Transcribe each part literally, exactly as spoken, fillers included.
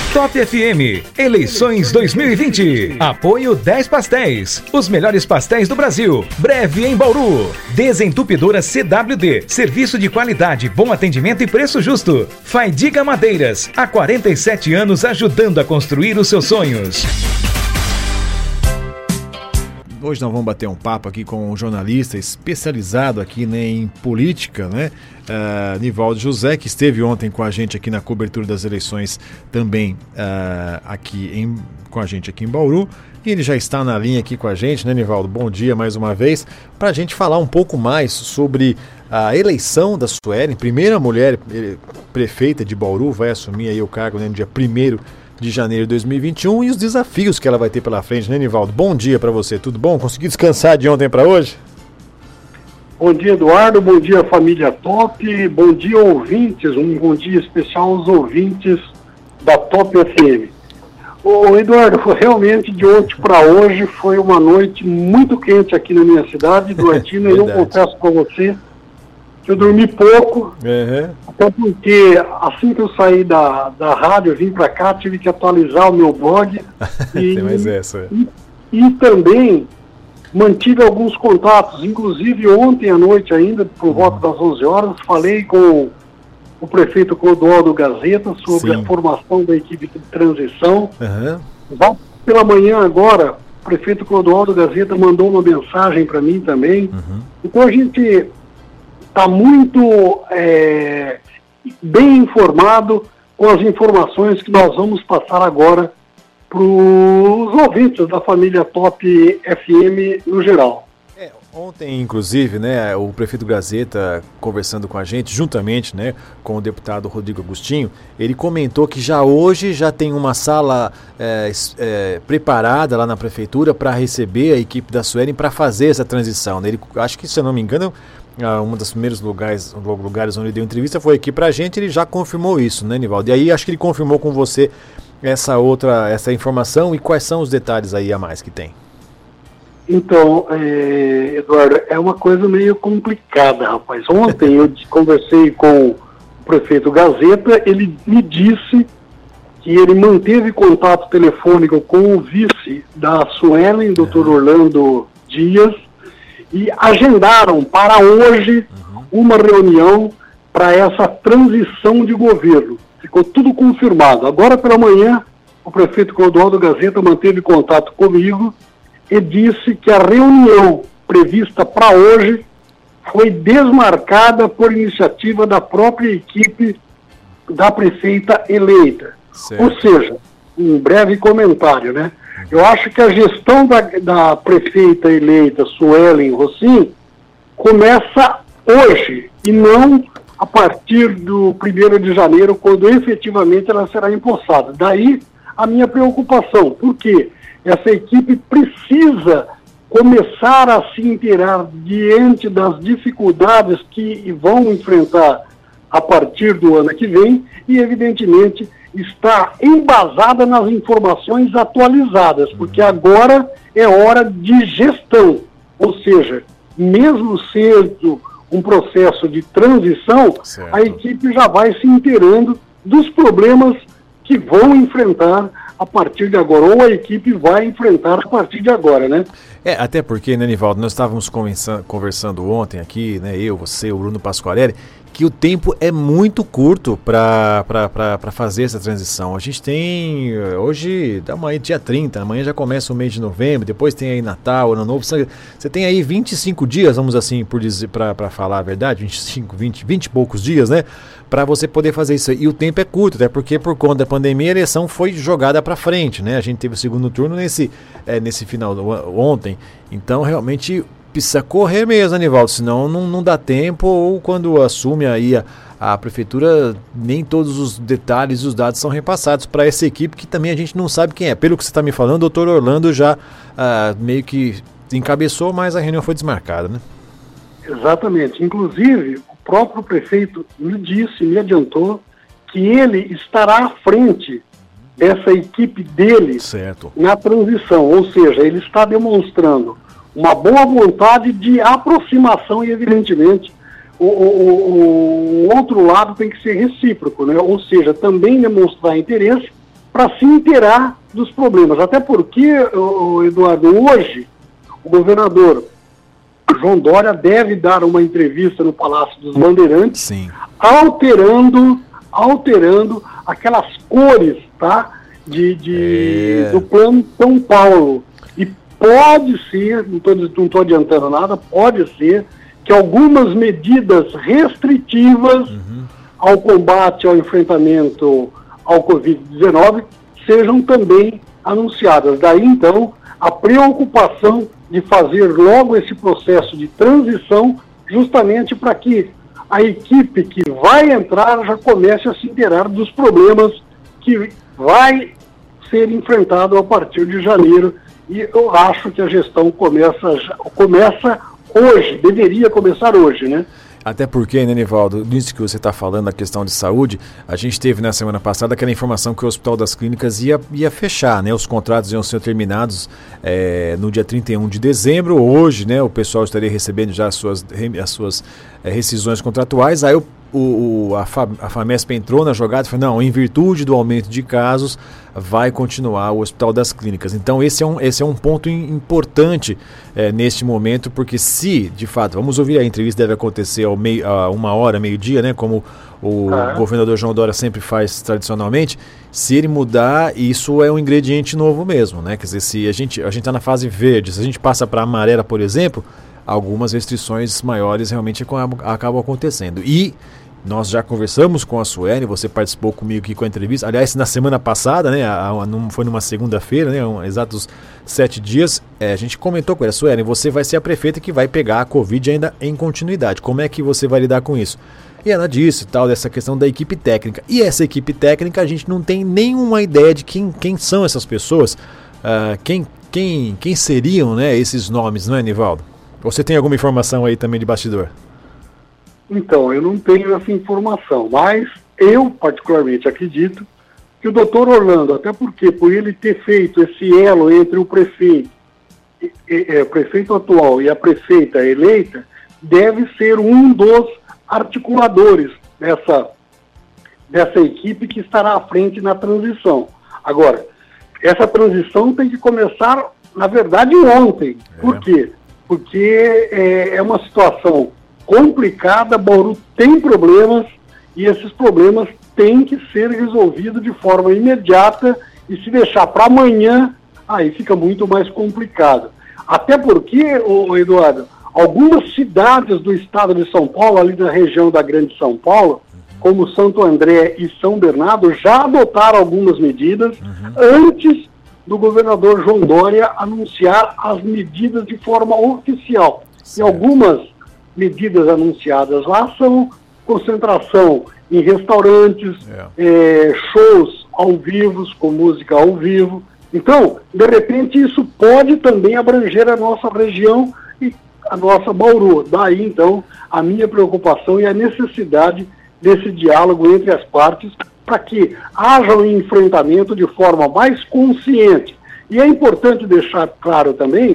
Top F M, eleições dois mil e vinte. Apoio dez Pastéis, os melhores pastéis do Brasil. Breve em Bauru. Desentupidora C W D, serviço de qualidade, bom atendimento e preço justo. Faidiga Madeiras, há quarenta e sete anos ajudando a construir os seus sonhos. Hoje nós vamos bater um papo aqui com um jornalista especializado aqui, né, em política, né? Uh, Nivaldo José, que esteve ontem com a gente aqui na cobertura das eleições também uh, aqui em, com a gente aqui em Bauru. E ele já está na linha aqui com a gente, né, Nivaldo? Bom dia mais uma vez, para a gente falar um pouco mais sobre a eleição da Suelen, primeira mulher prefeita de Bauru, vai assumir aí o cargo, né, no dia primeiro de janeiro de dois mil e vinte e um, e os desafios que ela vai ter pela frente, né, Nivaldo? Bom dia para você, tudo bom? Conseguiu descansar de ontem para hoje? Bom dia, Eduardo, bom dia, família Top, bom dia, ouvintes, um bom dia especial aos ouvintes da Top F M. Ô, Eduardo, realmente de ontem para hoje foi uma noite muito quente aqui na minha cidade, Duartina, e eu confesso para você que eu dormi pouco, uhum. Até porque assim que eu saí da, da rádio, eu vim para cá, tive que atualizar o meu blog. e, Tem mais essa. E, e também mantive alguns contatos, inclusive ontem à noite ainda, por uhum. volta das onze horas, falei com o prefeito Clodoaldo Gazeta sobre Sim. a formação da equipe de transição. Uhum. Pela manhã agora, o prefeito Clodoaldo Gazeta mandou uma mensagem para mim também. Uhum. Então a gente está muito é, bem informado com as informações que nós vamos passar agora para os ouvintes da família Top F M no geral. É, ontem, inclusive, né, o prefeito Gazeta, conversando com a gente, juntamente, né, com o deputado Rodrigo Agostinho, ele comentou que já hoje já tem uma sala é, é, preparada lá na prefeitura para receber a equipe da Suelen para fazer essa transição. Ele, acho que, se eu não me engano, um dos primeiros lugares, lugares onde ele deu entrevista foi aqui pra gente, ele já confirmou isso, né, Nivaldo? E aí acho que ele confirmou com você essa outra, essa informação, e quais são os detalhes aí a mais que tem? Então, é, Eduardo, é uma coisa meio complicada, rapaz. Ontem eu conversei com o prefeito Gazeta, ele me disse que ele manteve contato telefônico com o vice da Suelen, doutor Orlando Dias, e agendaram para hoje uhum. uma reunião para essa transição de governo. Ficou tudo confirmado. Agora pela manhã, o prefeito Clodoaldo Gazeta manteve contato comigo e disse que a reunião prevista para hoje foi desmarcada por iniciativa da própria equipe da prefeita eleita. Certo. Ou seja, um breve comentário, né? Eu acho que a gestão da, da prefeita eleita, Suelen Rossim, começa hoje e não a partir do primeiro de janeiro, quando efetivamente ela será empossada. Daí a minha preocupação, porque essa equipe precisa começar a se inteirar diante das dificuldades que vão enfrentar a partir do ano que vem e, evidentemente, está embasada nas informações atualizadas, porque agora é hora de gestão, ou seja, mesmo sendo um processo de transição, certo. A equipe já vai se inteirando dos problemas que vão enfrentar a partir de agora, ou a equipe vai enfrentar a partir de agora, né? É, até porque, né, Nivaldo, nós estávamos conversando, conversando ontem aqui, né, eu, você, o Bruno Pasquarelli, que o tempo é muito curto para fazer essa transição. A gente tem, hoje, amanhã, dia trinta, amanhã já começa o mês de novembro, depois tem aí Natal, Ano Novo, você tem aí vinte e cinco dias, vamos assim, por dizer, para falar a verdade, vinte e cinco, vinte, vinte e poucos dias, né, para você poder fazer isso. E o tempo é curto, até porque por conta da pandemia a eleição foi jogada para frente, né, a gente teve o segundo turno nesse, é, nesse final, ontem, então realmente precisa correr mesmo, Anivaldo, senão não, não dá tempo, ou quando assume aí a, a prefeitura, nem todos os detalhes e os dados são repassados para essa equipe, que também a gente não sabe quem é. Pelo que você está me falando, o doutor Orlando já ah, meio que encabeçou, mas a reunião foi desmarcada, né? Exatamente. Inclusive, o próprio prefeito me disse, me adiantou, que ele estará à frente dessa equipe dele certo. Na transição, ou seja, ele está demonstrando uma boa vontade de aproximação e, evidentemente, o, o, o outro lado tem que ser recíproco, né? Ou seja, também demonstrar interesse para se inteirar dos problemas. Até porque, o Eduardo, hoje, o governador João Dória deve dar uma entrevista no Palácio dos Bandeirantes, Sim. alterando, alterando aquelas cores, tá, de, de, é. do Plano São Paulo. E pode ser, não estou não estou adiantando nada, pode ser que algumas medidas restritivas uhum. ao combate, ao enfrentamento ao covid dezenove sejam também anunciadas. Daí, então, a preocupação de fazer logo esse processo de transição, justamente para que a equipe que vai entrar já comece a se inteirar dos problemas que vai ser enfrentado a partir de janeiro. E eu acho que a gestão começa, começa hoje, deveria começar hoje, né? Até porque, né, Nivaldo, nisso que você está falando, a questão de saúde, a gente teve na semana passada aquela informação que o Hospital das Clínicas ia, ia fechar, né? Os contratos iam ser terminados é, no dia trinta e um de dezembro. Hoje, né, o pessoal estaria recebendo já as suas, as suas é, rescisões contratuais. Aí o, o, a, Fa, a FAMESP entrou na jogada e falou, não, em virtude do aumento de casos, vai continuar o Hospital das Clínicas. Então esse é um, esse é um ponto importante é, neste momento, porque se, de fato, vamos ouvir, a entrevista deve acontecer ao meio, a uma hora, meio-dia, né, como o ah. governador João Dória sempre faz tradicionalmente, se ele mudar, isso é um ingrediente novo mesmo, né? Quer dizer, se a gente a gente está na fase verde, se a gente passa para a amarela, por exemplo, algumas restrições maiores realmente acabam acontecendo. E nós já conversamos com a Sueli, você participou comigo aqui com a entrevista, aliás, na semana passada, né, a, a, não foi numa segunda-feira, né, um, exatos sete dias, é, a gente comentou com ela, Sueli, você vai ser a prefeita que vai pegar a Covid ainda em continuidade, como é que você vai lidar com isso? E ela disse, tal, dessa questão da equipe técnica, e essa equipe técnica a gente não tem nenhuma ideia de quem, quem são essas pessoas, uh, quem, quem, quem seriam, né, esses nomes, não é, Nivaldo? Você tem alguma informação aí também de bastidor? Então, eu não tenho essa informação, mas eu particularmente acredito que o doutor Orlando, até porque por ele ter feito esse elo entre o prefeito, e, e, é, prefeito atual e a prefeita eleita, deve ser um dos articuladores dessa, dessa equipe que estará à frente na transição. Agora, essa transição tem que começar, na verdade, ontem. É. Por quê? Porque é, é uma situação complicada, Bauru tem problemas e esses problemas têm que ser resolvidos de forma imediata, e se deixar para amanhã, aí fica muito mais complicado. Até porque, ô, Eduardo, algumas cidades do estado de São Paulo, ali na região da Grande São Paulo, como Santo André e São Bernardo, já adotaram algumas medidas uhum. antes do governador João Dória anunciar as medidas de forma oficial. Certo. E algumas medidas anunciadas lá são concentração em restaurantes, é. É, shows ao vivo, com música ao vivo. Então, de repente, isso pode também abranger a nossa região e a nossa Bauru. Daí, então, a minha preocupação e a necessidade desse diálogo entre as partes para que haja um enfrentamento de forma mais consciente. E é importante deixar claro também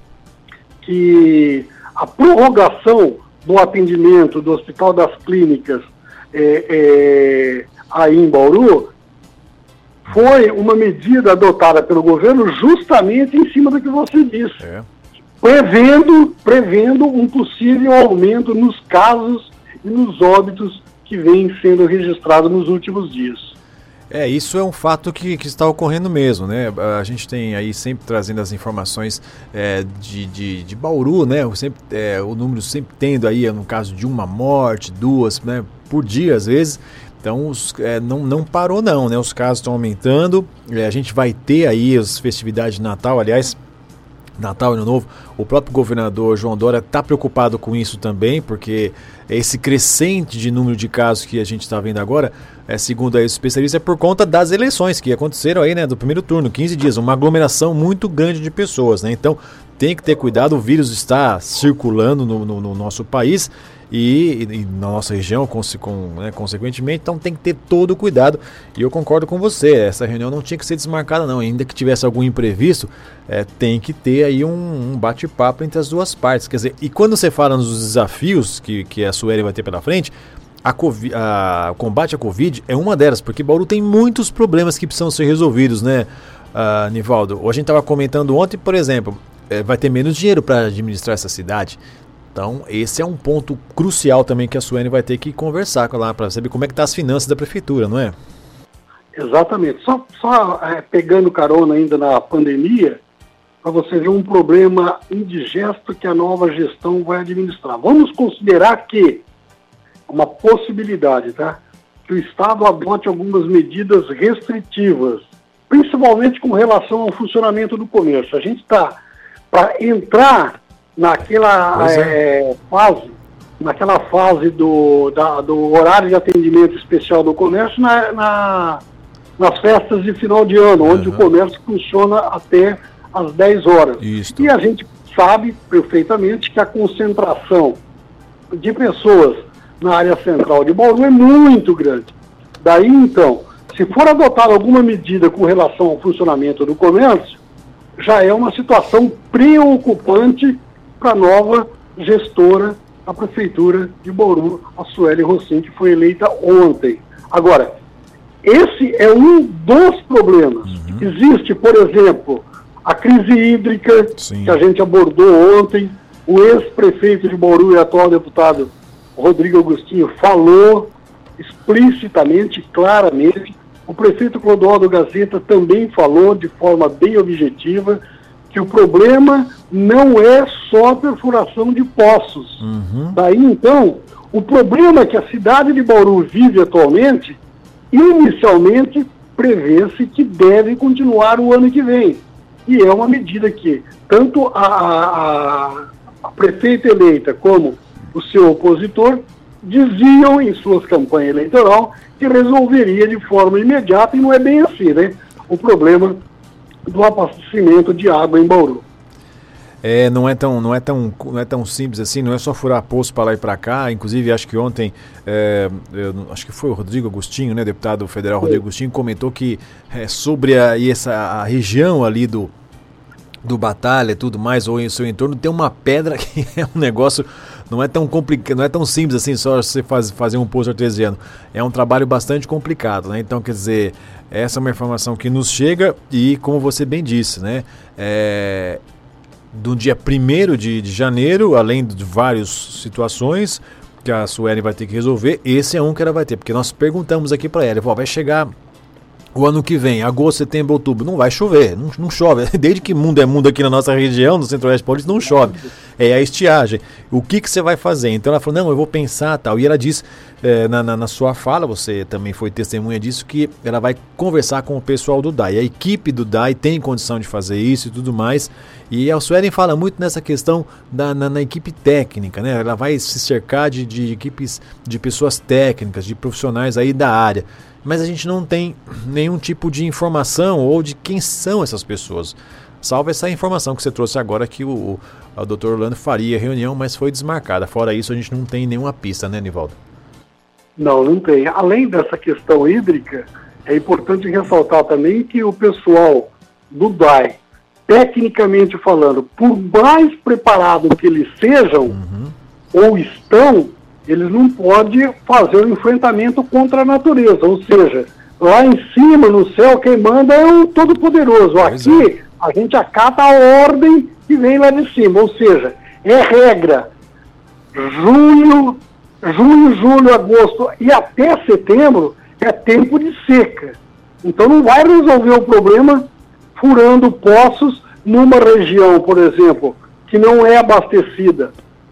que a prorrogação do atendimento do Hospital das Clínicas é, é, aí em Bauru foi uma medida adotada pelo governo justamente em cima do que você disse, é. prevendo, prevendo um possível aumento nos casos e nos óbitos que vêm sendo registrados nos últimos dias. É, isso é um fato que, que está ocorrendo mesmo, né? A gente tem aí sempre trazendo as informações é, de, de, de Bauru, né? Sempre, é, o número sempre tendo aí, no caso de uma morte, duas, né? Por dia às vezes. Então os, é, não, não parou não, né? Os casos estão aumentando, é, a gente vai ter aí as festividades de Natal, aliás, Natal e Ano Novo. O próprio governador João Dória está preocupado com isso também, porque esse crescente de número de casos que a gente está vendo agora, é, segundo aí os especialistas, é por conta das eleições que aconteceram aí, né, do primeiro turno, quinze dias, uma aglomeração muito grande de pessoas, né? Então tem que ter cuidado, o vírus está circulando no, no, no nosso país e, e na nossa região, com, com, né, consequentemente, então tem que ter todo o cuidado. E eu concordo com você, essa reunião não tinha que ser desmarcada não, ainda que tivesse algum imprevisto, é, tem que ter aí um, um bate-papo entre as duas partes. Quer dizer, e quando você fala nos desafios que, que a Sueli vai ter pela frente, a COVID, a, o combate à Covid é uma delas, porque Bauru tem muitos problemas que precisam ser resolvidos, né, uh, Nivaldo? A gente estava comentando ontem, por exemplo, é, vai ter menos dinheiro para administrar essa cidade. Então, esse é um ponto crucial também que a Suene vai ter que conversar com lá para saber como é que está as finanças da prefeitura, não é? Exatamente. Só, só é, pegando carona ainda na pandemia, para você ver um problema indigesto que a nova gestão vai administrar. Vamos considerar que uma possibilidade, tá? Que o Estado adote algumas medidas restritivas, principalmente com relação ao funcionamento do comércio. A gente está para entrar naquela é. É, fase, naquela fase do, da, do horário de atendimento especial do comércio na, na, nas festas de final de ano, onde uhum. o comércio funciona até às dez horas. Isso. E a gente sabe perfeitamente que a concentração de pessoas na área central de Bauru é muito grande. Daí, então, se for adotada alguma medida com relação ao funcionamento do comércio, já é uma situação preocupante para a nova gestora da Prefeitura de Bauru, a Sueli Rossim, que foi eleita ontem. Agora, esse é um dos problemas. Uhum. Existe, por exemplo, a crise hídrica, Sim. que a gente abordou ontem. O ex-prefeito de Bauru e atual deputado Rodrigo Agostinho falou explicitamente, claramente. O prefeito Clodoaldo Gazeta também falou de forma bem objetiva que o problema não é só a perfuração de poços. Uhum. Daí, então, o problema que a cidade de Bauru vive atualmente, inicialmente prevê-se que deve continuar o ano que vem. E é uma medida que tanto a, a, a prefeita eleita como o seu opositor diziam em suas campanhas eleitorais que resolveria de forma imediata, e não é bem assim, né? O problema do abastecimento de água em Bauru. É, não é tão, não é tão, não é tão simples assim, não é só furar poço para lá e para cá. Inclusive, acho que ontem, é, eu, acho que foi o Rodrigo Agostinho, né, deputado federal Rodrigo é. Agostinho, comentou que é, sobre a, e essa, a região ali do, do Batalha e tudo mais, ou em seu entorno, tem uma pedra que é um negócio, não é tão complicado, não é tão simples assim, só você faz, fazer um poço artesiano. É um trabalho bastante complicado, né? Então, quer dizer, essa é uma informação que nos chega e, como você bem disse, né, é, do dia primeiro de, de janeiro, além de várias situações que a Sueli vai ter que resolver, esse é um que ela vai ter, porque nós perguntamos aqui para ela, vai chegar o ano que vem, agosto, setembro, outubro, não vai chover, não, não chove, desde que mundo é mundo aqui na nossa região, no Centro-Oeste Paulista, não chove, é a estiagem, o que que você vai fazer? Então ela falou, não, eu vou pensar tal, e ela disse, é, na, na, na sua fala, você também foi testemunha disso, que ela vai conversar com o pessoal do D A I, a equipe do D A I tem condição de fazer isso e tudo mais, e a Suelen fala muito nessa questão da, na, na equipe técnica, né? Ela vai se cercar de, de equipes, de pessoas técnicas, de profissionais aí da área, mas a gente não tem nenhum tipo de informação ou de quem são essas pessoas. Salvo essa informação que você trouxe agora que o, o doutor Orlando faria reunião, mas foi desmarcada. Fora isso, a gente não tem nenhuma pista, né, Nivaldo? Não, não tem. Além dessa questão hídrica, é importante ressaltar também que o pessoal do D A I, tecnicamente falando, por mais preparado que eles sejam, uhum. ou estão, eles não podem fazer o enfrentamento contra a natureza, ou seja, lá em cima, no céu, quem manda é o Todo-Poderoso. Aqui, é. a gente acata a ordem que vem lá de cima, ou seja, é regra. Junho, junho, julho, agosto e até setembro é tempo de seca. Então não vai resolver o problema furando poços numa região, por exemplo, que não é abastecida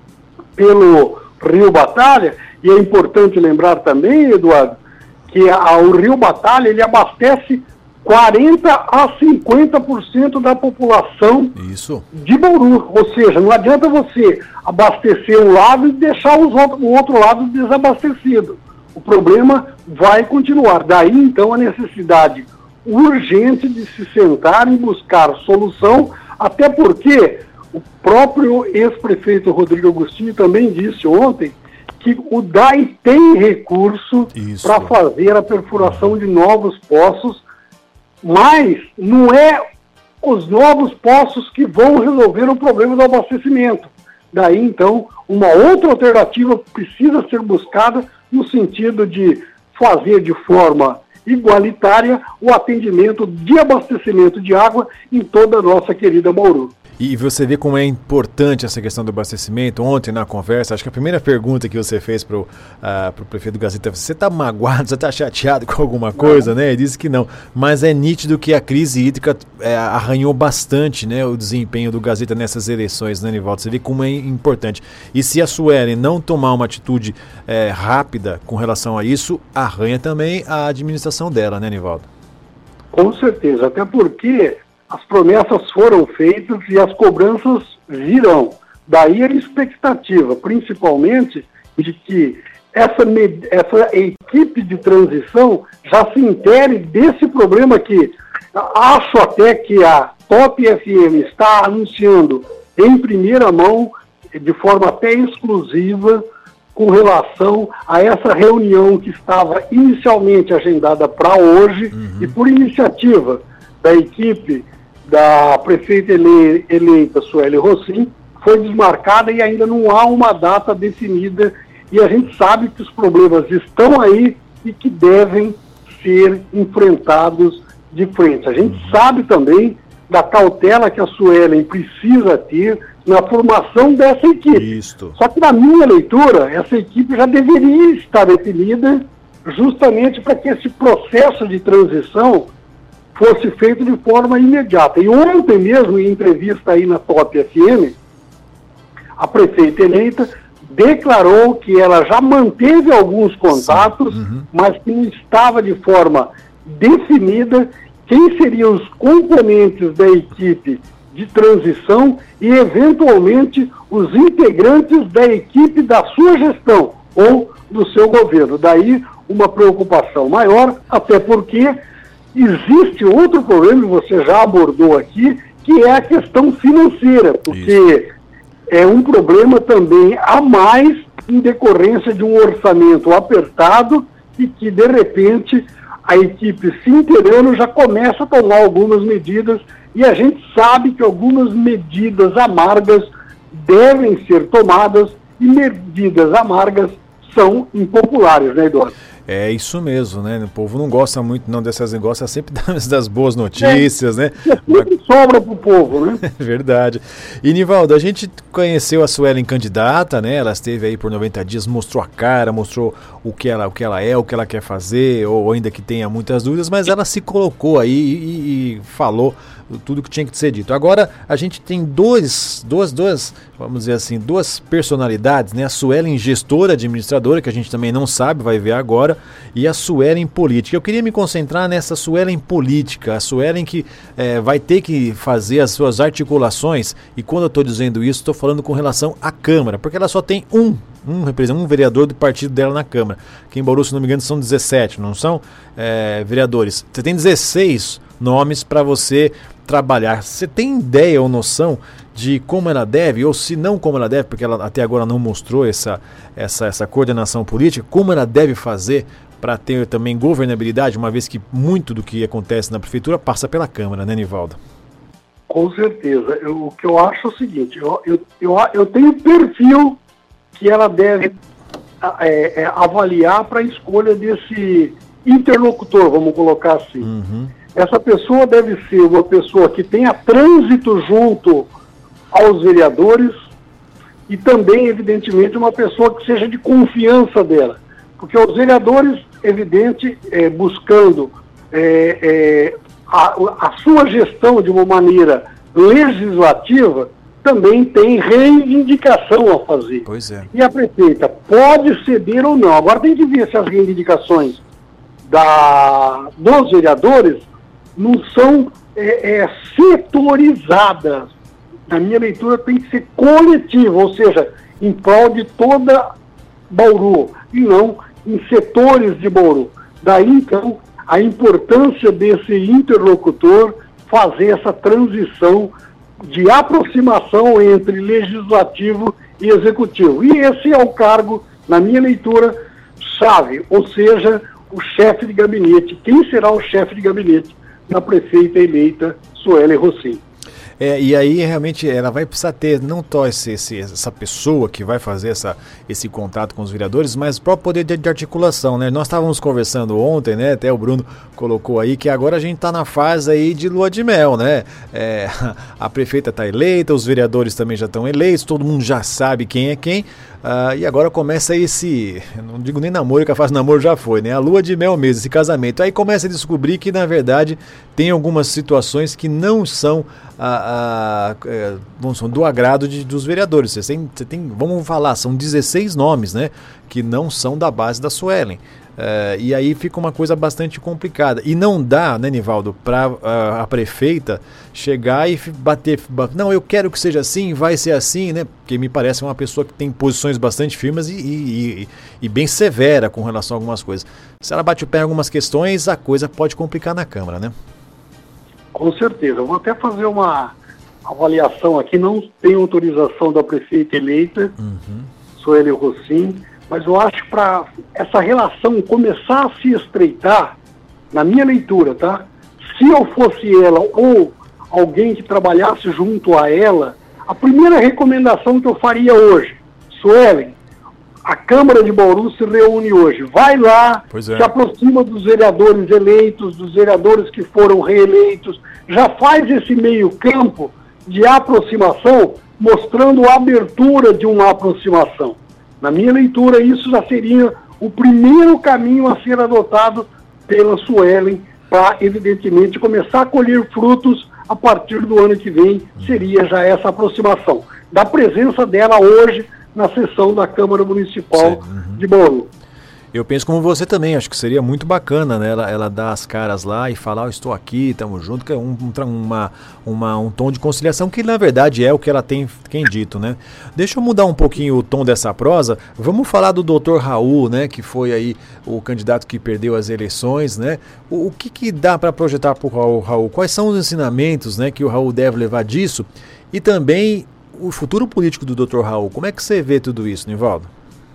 pelo Rio Batalha, e é importante lembrar também, Eduardo, que a, o Rio Batalha ele abastece quarenta a cinquenta por cento da população Isso. de Bauru. Ou seja, não adianta você abastecer um lado e deixar os outro, o outro lado desabastecido. O problema vai continuar. Daí, então, a necessidade urgente de se sentar e buscar solução, até porque o próprio ex-prefeito Rodrigo Agostinho também disse ontem que o D A I tem recurso para fazer a perfuração de novos poços, mas não é os novos poços que vão resolver o problema do abastecimento. Daí, então, uma outra alternativa precisa ser buscada no sentido de fazer de forma igualitária o atendimento de abastecimento de água em toda a nossa querida Bauru. E você vê como é importante essa questão do abastecimento. Ontem na conversa, acho que a primeira pergunta que você fez para o uh, prefeito Gazeta, você está magoado, você está chateado com alguma coisa, né? Ele disse que não, mas é nítido que a crise hídrica é, arranhou bastante, né, o desempenho do Gazeta nessas eleições, né, Nivaldo? Você vê como é importante. E se a Suelen não tomar uma atitude é, rápida com relação a isso, arranha também a administração dela, né, Nivaldo? Com certeza, até porque as promessas foram feitas e as cobranças virão. Daí a expectativa, principalmente, de que essa, essa equipe de transição já se intere desse problema que acho até que a Top F M está anunciando em primeira mão, de forma até exclusiva, com relação a essa reunião que estava inicialmente agendada para hoje, uhum. e por iniciativa da equipe da prefeita ele, eleita Suelen Rossim, foi desmarcada e ainda não há uma data definida, e a gente sabe que os problemas estão aí e que devem ser enfrentados de frente. A gente sabe também da cautela que a Suelen precisa ter na formação dessa equipe. Isto. Só que na minha leitura, essa equipe já deveria estar definida justamente para que esse processo de transição fosse feito de forma imediata. E ontem mesmo, em entrevista aí na Top F M, a prefeita eleita declarou que ela já manteve alguns contatos, uhum. mas que não estava de forma definida quem seriam os componentes da equipe de transição e, eventualmente, os integrantes da equipe da sua gestão ou do seu governo. Daí uma preocupação maior, até porque existe outro problema, você já abordou aqui, que é a questão financeira, porque Isso. é um problema também a mais em decorrência de um orçamento apertado e que, de repente, a equipe se inteirando já começa a tomar algumas medidas, e a gente sabe que algumas medidas amargas devem ser tomadas, e medidas amargas são impopulares, né, Eduardo? É isso mesmo, né? O povo não gosta muito não dessas negócios, sempre das, das boas notícias, é, né? Sempre Mas... sobra pro povo, né? É verdade. E, Nivaldo, a gente conheceu a Suelen candidata, né? Ela esteve aí por noventa dias, mostrou a cara, mostrou o que ela, o que ela é, o que ela quer fazer, ou ainda que tenha muitas dúvidas, mas ela se colocou aí e, e falou tudo que tinha que ser dito. Agora, a gente tem dois, duas, duas, vamos dizer assim, duas personalidades, né? A Suelen gestora, administradora, que a gente também não sabe, vai ver agora, e a Suelen política. Eu queria me concentrar nessa Suelen política, a Suelen que é, vai ter que fazer as suas articulações, e quando eu estou dizendo isso, estou falando com relação à Câmara, porque ela só tem um, um representante, um vereador do partido dela na Câmara. Aqui em Bauru, se não me engano, são dezessete, não são é, vereadores. Você tem dezesseis nomes para você trabalhar. Você tem ideia ou noção de como ela deve, ou se não como ela deve, porque ela até agora não mostrou essa, essa, essa coordenação política, como ela deve fazer para ter também governabilidade, uma vez que muito do que acontece na prefeitura passa pela Câmara, né, Nivaldo? Com certeza. Eu, o que eu acho é o seguinte, eu, eu, eu, eu tenho perfil que ela deve é, é, avaliar para a escolha desse interlocutor, vamos colocar assim. Uhum. Essa pessoa deve ser uma pessoa que tenha trânsito junto aos vereadores e também, evidentemente, uma pessoa que seja de confiança dela. Porque os vereadores, evidente, é, buscando é, é, a, a sua gestão de uma maneira legislativa, também tem reivindicação a fazer. Pois é. E a prefeita pode ceder ou não. Agora tem que ver se as reivindicações da, dos vereadores não são é, é, setorizadas. Na minha leitura tem que ser coletiva, ou seja, em prol de toda Bauru, e não em setores de Bauru. Daí, então, a importância desse interlocutor fazer essa transição de aproximação entre legislativo e executivo. E esse é o cargo, na minha leitura, chave, ou seja, o chefe de gabinete. Quem será o chefe de gabinete da prefeita eleita Suelen Rossim? É, e aí realmente ela vai precisar ter não só esse, esse, essa pessoa que vai fazer essa, esse contato com os vereadores, mas o próprio poder de, de articulação, né? Nós estávamos conversando ontem, né? Até o Bruno colocou aí que agora a gente está na fase aí de lua de mel, né? É, a prefeita está eleita, os vereadores também já estão eleitos, todo mundo já sabe quem é quem. Uh, e agora começa esse, não digo nem namoro, que a fase de namoro já foi, né? A lua de mel mesmo, esse casamento. Aí começa a descobrir que, na verdade, tem algumas situações que não são a, a, a, não são do agrado de, dos vereadores. Você tem, você tem, vamos falar, são dezesseis nomes, né? Que não são da base da Suelen. Uh, e aí fica uma coisa bastante complicada. E não dá, né, Nivaldo, para uh, a prefeita chegar e bater, bater. Não, eu quero que seja assim, vai ser assim, né? Porque me parece uma pessoa que tem posições bastante firmes e, e, e, e bem severa com relação a algumas coisas. Se ela bate o pé em algumas questões, a coisa pode complicar na Câmara, né? Com certeza. Vou até fazer uma avaliação aqui. Não tem autorização da prefeita eleita, uhum. Suelen Rossim. Mas eu acho que para essa relação começar a se estreitar, na minha leitura, tá? Se eu fosse ela ou alguém que trabalhasse junto a ela, a primeira recomendação que eu faria hoje, Suelen, a Câmara de Bauru se reúne hoje, vai lá, é. se aproxima dos vereadores eleitos, dos vereadores que foram reeleitos, já faz esse meio campo de aproximação, mostrando a abertura de uma aproximação. Na minha leitura, isso já seria o primeiro caminho a ser adotado pela Suelen para, evidentemente, começar a colher frutos a partir do ano que vem, seria já essa aproximação da presença dela hoje na sessão da Câmara Municipal uhum. de Bauru. Eu penso como você também, acho que seria muito bacana, né, ela, ela dar as caras lá e falar, oh, estou aqui, estamos juntos, que é um, um, uma, uma, um tom de conciliação que na verdade é o que ela tem, tem dito, né. Deixa eu mudar um pouquinho o tom dessa prosa, vamos falar do doutor Raul, né, que foi aí o candidato que perdeu as eleições, né, o, o que que dá para projetar para o Raul, Raul, quais são os ensinamentos, né, que o Raul deve levar disso e também o futuro político do doutor Raul, como é que você vê tudo isso, Nivaldo?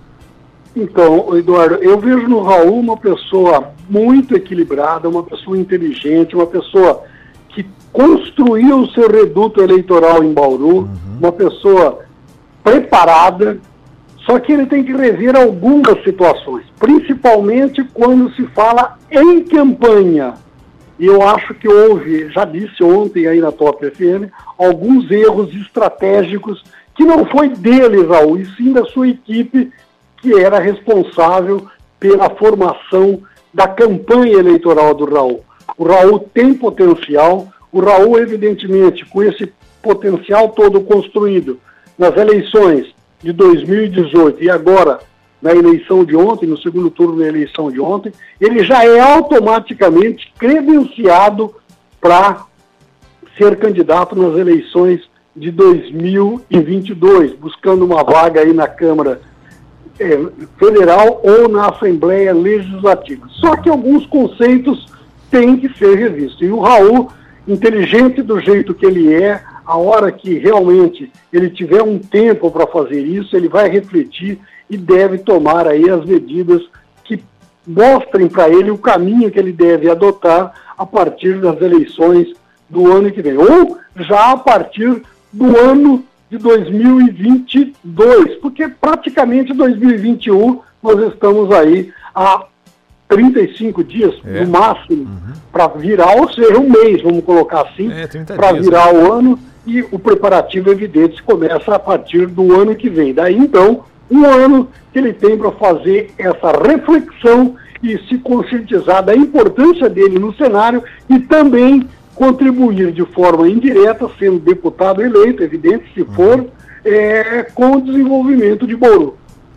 Então, Eduardo, eu vejo no Raul uma pessoa muito equilibrada, uma pessoa inteligente, uma pessoa que construiu o seu reduto eleitoral em Bauru, uhum. uma pessoa preparada, só que ele tem que rever algumas situações, principalmente quando se fala em campanha. E eu acho que houve, já disse ontem aí na Top F M, alguns erros estratégicos que não foi dele, Raul, e sim da sua equipe, que era responsável pela formação da campanha eleitoral do Raul. O Raul tem potencial, o Raul, evidentemente, com esse potencial todo construído nas eleições de dois mil e dezoito e agora na eleição de ontem, no segundo turno da eleição de ontem, ele já é automaticamente credenciado para ser candidato nas eleições de dois mil e vinte e dois, buscando uma vaga aí na Câmara É, federal ou na Assembleia Legislativa. Só que alguns conceitos têm que ser revistos. E o Raul, inteligente do jeito que ele é, a hora que realmente ele tiver um tempo para fazer isso, ele vai refletir e deve tomar aí as medidas que mostrem para ele o caminho que ele deve adotar a partir das eleições do ano que vem. Ou já a partir do ano de dois mil e vinte e dois, porque praticamente dois mil e vinte e um nós estamos aí há trinta e cinco dias, é. no máximo, uhum. para virar, ou seja, um mês, vamos colocar assim, é, para virar né? o ano, e o preparativo evidente começa a partir do ano que vem. Daí então, um ano que ele tem para fazer essa reflexão e se conscientizar da importância dele no cenário e também contribuir de forma indireta, sendo deputado eleito, evidente, se for, uhum. é, com o desenvolvimento de Bauru.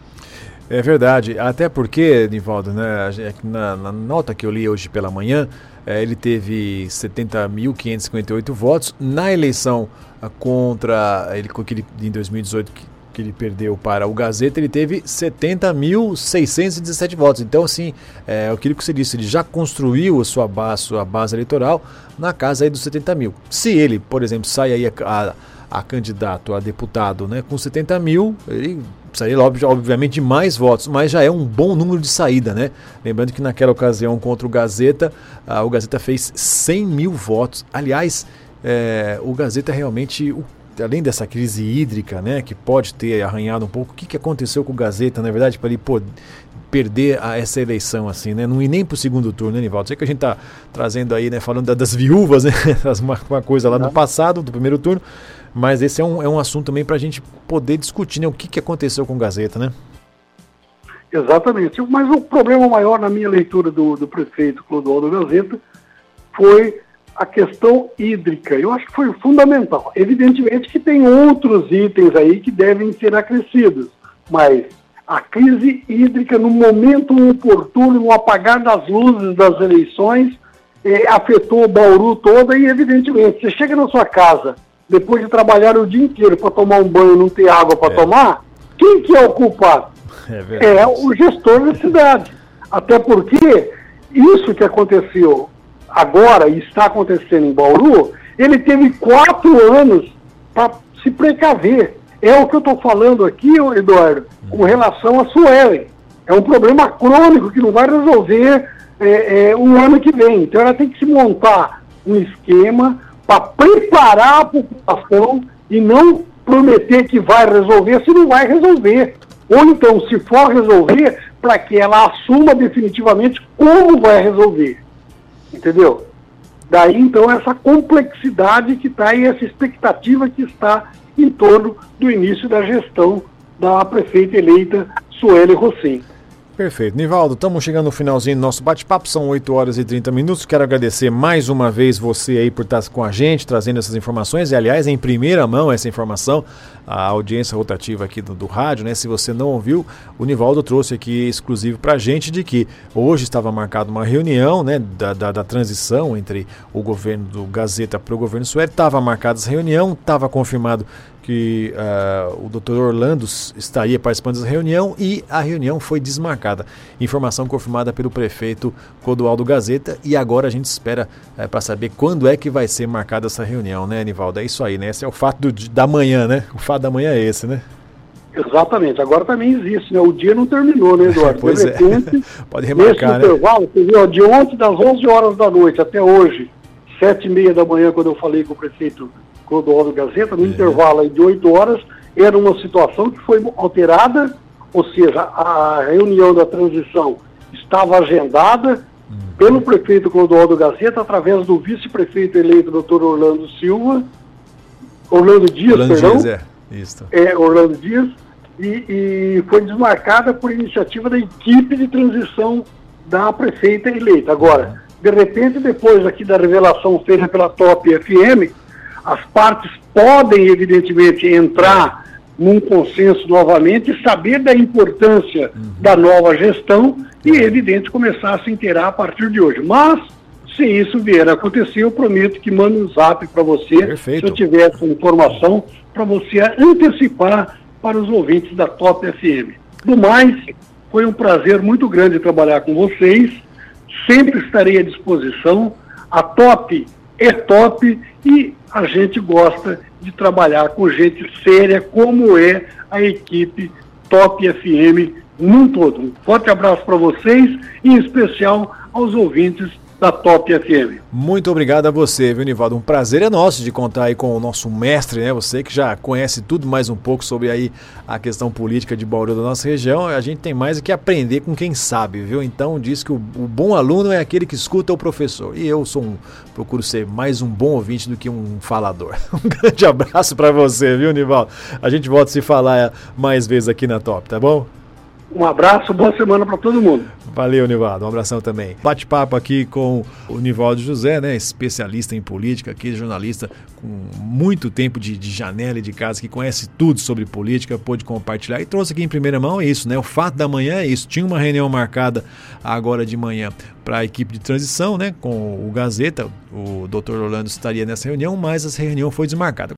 É verdade, até porque, Nivaldo, né, na, na nota que eu li hoje pela manhã, é, ele teve setenta mil quinhentos e cinquenta e oito votos na eleição contra ele, que ele em dois mil e dezoito, que, que ele perdeu para o Gazeta, ele teve setenta mil seiscentos e dezessete votos. Então, assim, é, aquilo que você disse, ele já construiu a sua base, sua base eleitoral na casa aí dos setenta mil. Se ele, por exemplo, sai aí a, a, a candidato a deputado, né, com setenta mil, ele sairia obviamente de mais votos, mas já é um bom número de saída, né? Lembrando que naquela ocasião contra o Gazeta, a, o Gazeta fez cem mil votos. Aliás, é, o Gazeta realmente, o, além dessa crise hídrica, né, que pode ter arranhado um pouco, o que, que aconteceu com o Gazeta, na verdade, para ele poder perder a, essa eleição, assim, né? Não ir nem para o segundo turno, né, Nivaldo? Sei que a gente está trazendo aí, né, falando da, das viúvas, né? uma, uma coisa lá no passado, do primeiro turno, mas esse é um, é um assunto também para a gente poder discutir, né? O que, que aconteceu com o Gazeta, né? Exatamente. Mas o problema maior na minha leitura do, do prefeito Clodoaldo Gazeta foi a questão hídrica. Eu acho que foi fundamental. Evidentemente que tem outros itens aí que devem ser acrescidos, mas a crise hídrica, no momento oportuno, no apagar das luzes das eleições, eh, afetou o Bauru toda e, evidentemente, você chega na sua casa, depois de trabalhar o dia inteiro para tomar um banho e não ter água para é. tomar, quem que é o culpado? É, é o gestor da cidade. Até porque isso que aconteceu agora e está acontecendo em Bauru, ele teve quatro anos para se precaver. É o que eu estou falando aqui, Eduardo, com relação à Suelen. É um problema crônico que não vai resolver é, é, um ano que vem. Então ela tem que se montar um esquema para preparar a população e não prometer que vai resolver se não vai resolver. Ou então, se for resolver, para que ela assuma definitivamente como vai resolver. Entendeu? Daí, então, essa complexidade que está e essa expectativa que está em torno do início da gestão da prefeita eleita Sueli Rossim. Perfeito. Nivaldo, estamos chegando no finalzinho do nosso bate-papo, são oito horas e trinta minutos. Quero agradecer mais uma vez você aí por estar com a gente, trazendo essas informações. E, aliás, em primeira mão essa informação, a audiência rotativa aqui do, do rádio, né? Se você não ouviu, o Nivaldo trouxe aqui exclusivo para a gente de que hoje estava marcada uma reunião, né, da, da, da transição entre o governo do Gazeta para o governo Sueli. Estava marcada essa reunião, estava confirmado que uh, o doutor Orlando estaria participando dessa reunião e a reunião foi desmarcada. Informação confirmada pelo prefeito Clodoaldo Gazeta e agora a gente espera uh, para saber quando é que vai ser marcada essa reunião, né, Nivaldo? É isso aí, né? Esse é o fato do, da manhã, né? O fato da manhã é esse, né? Exatamente. Agora também existe, né? O dia não terminou, né, Eduardo? Pois de repente, é. Pode remarcar, nesse né? intervalo, você viu, de ontem das onze horas da noite até hoje, sete e meia da manhã, quando eu falei com o prefeito Clodoaldo Gazeta, no é. intervalo aí de oito horas, era uma situação que foi alterada, ou seja, a reunião da transição estava agendada hum. pelo prefeito Clodoaldo Gazeta, através do vice-prefeito eleito, doutor Orlando Silva, Orlando Dias, Orlando perdão. Dias, é. Isso. É, Orlando Dias, e, e foi desmarcada por iniciativa da equipe de transição da prefeita eleita. Agora, de repente, depois aqui da revelação feita pela Top F M, as partes podem, evidentemente, entrar num consenso novamente e saber da importância uhum. da nova gestão e, é evidente, começar a se inteirar a partir de hoje. Mas, se isso vier a acontecer, eu prometo que mando um zap para você, Perfeito. se eu tiver essa informação, para você antecipar para os ouvintes da Top F M. Do mais, foi um prazer muito grande trabalhar com vocês, sempre estarei à disposição. A Top é top e a gente gosta de trabalhar com gente séria, como é a equipe Top F M num todo. Um forte abraço para vocês e, em especial, aos ouvintes da Top F M. Muito obrigado a você, viu, Nivaldo? Um prazer é nosso de contar aí com o nosso mestre, né? Você que já conhece tudo mais um pouco sobre aí a questão política de Bauru da nossa região. A gente tem mais que aprender com quem sabe, viu? Então diz que o, o bom aluno é aquele que escuta o professor. E eu sou um, procuro ser mais um bom ouvinte do que um falador. Um grande abraço para você, viu, Nivaldo? A gente volta a se falar mais vezes aqui na Top, tá bom? Um abraço, boa semana para todo mundo. Valeu, Nivaldo. Um abração também. Bate-papo aqui com o Nivaldo José, né? Especialista em política, aqui jornalista com muito tempo de, de janela e de casa, que conhece tudo sobre política, pôde compartilhar e trouxe aqui em primeira mão, é isso, né? O fato da manhã é isso. Tinha uma reunião marcada agora de manhã para a equipe de transição, né? Com o Gazeta, o doutor Orlando estaria nessa reunião, mas essa reunião foi desmarcada.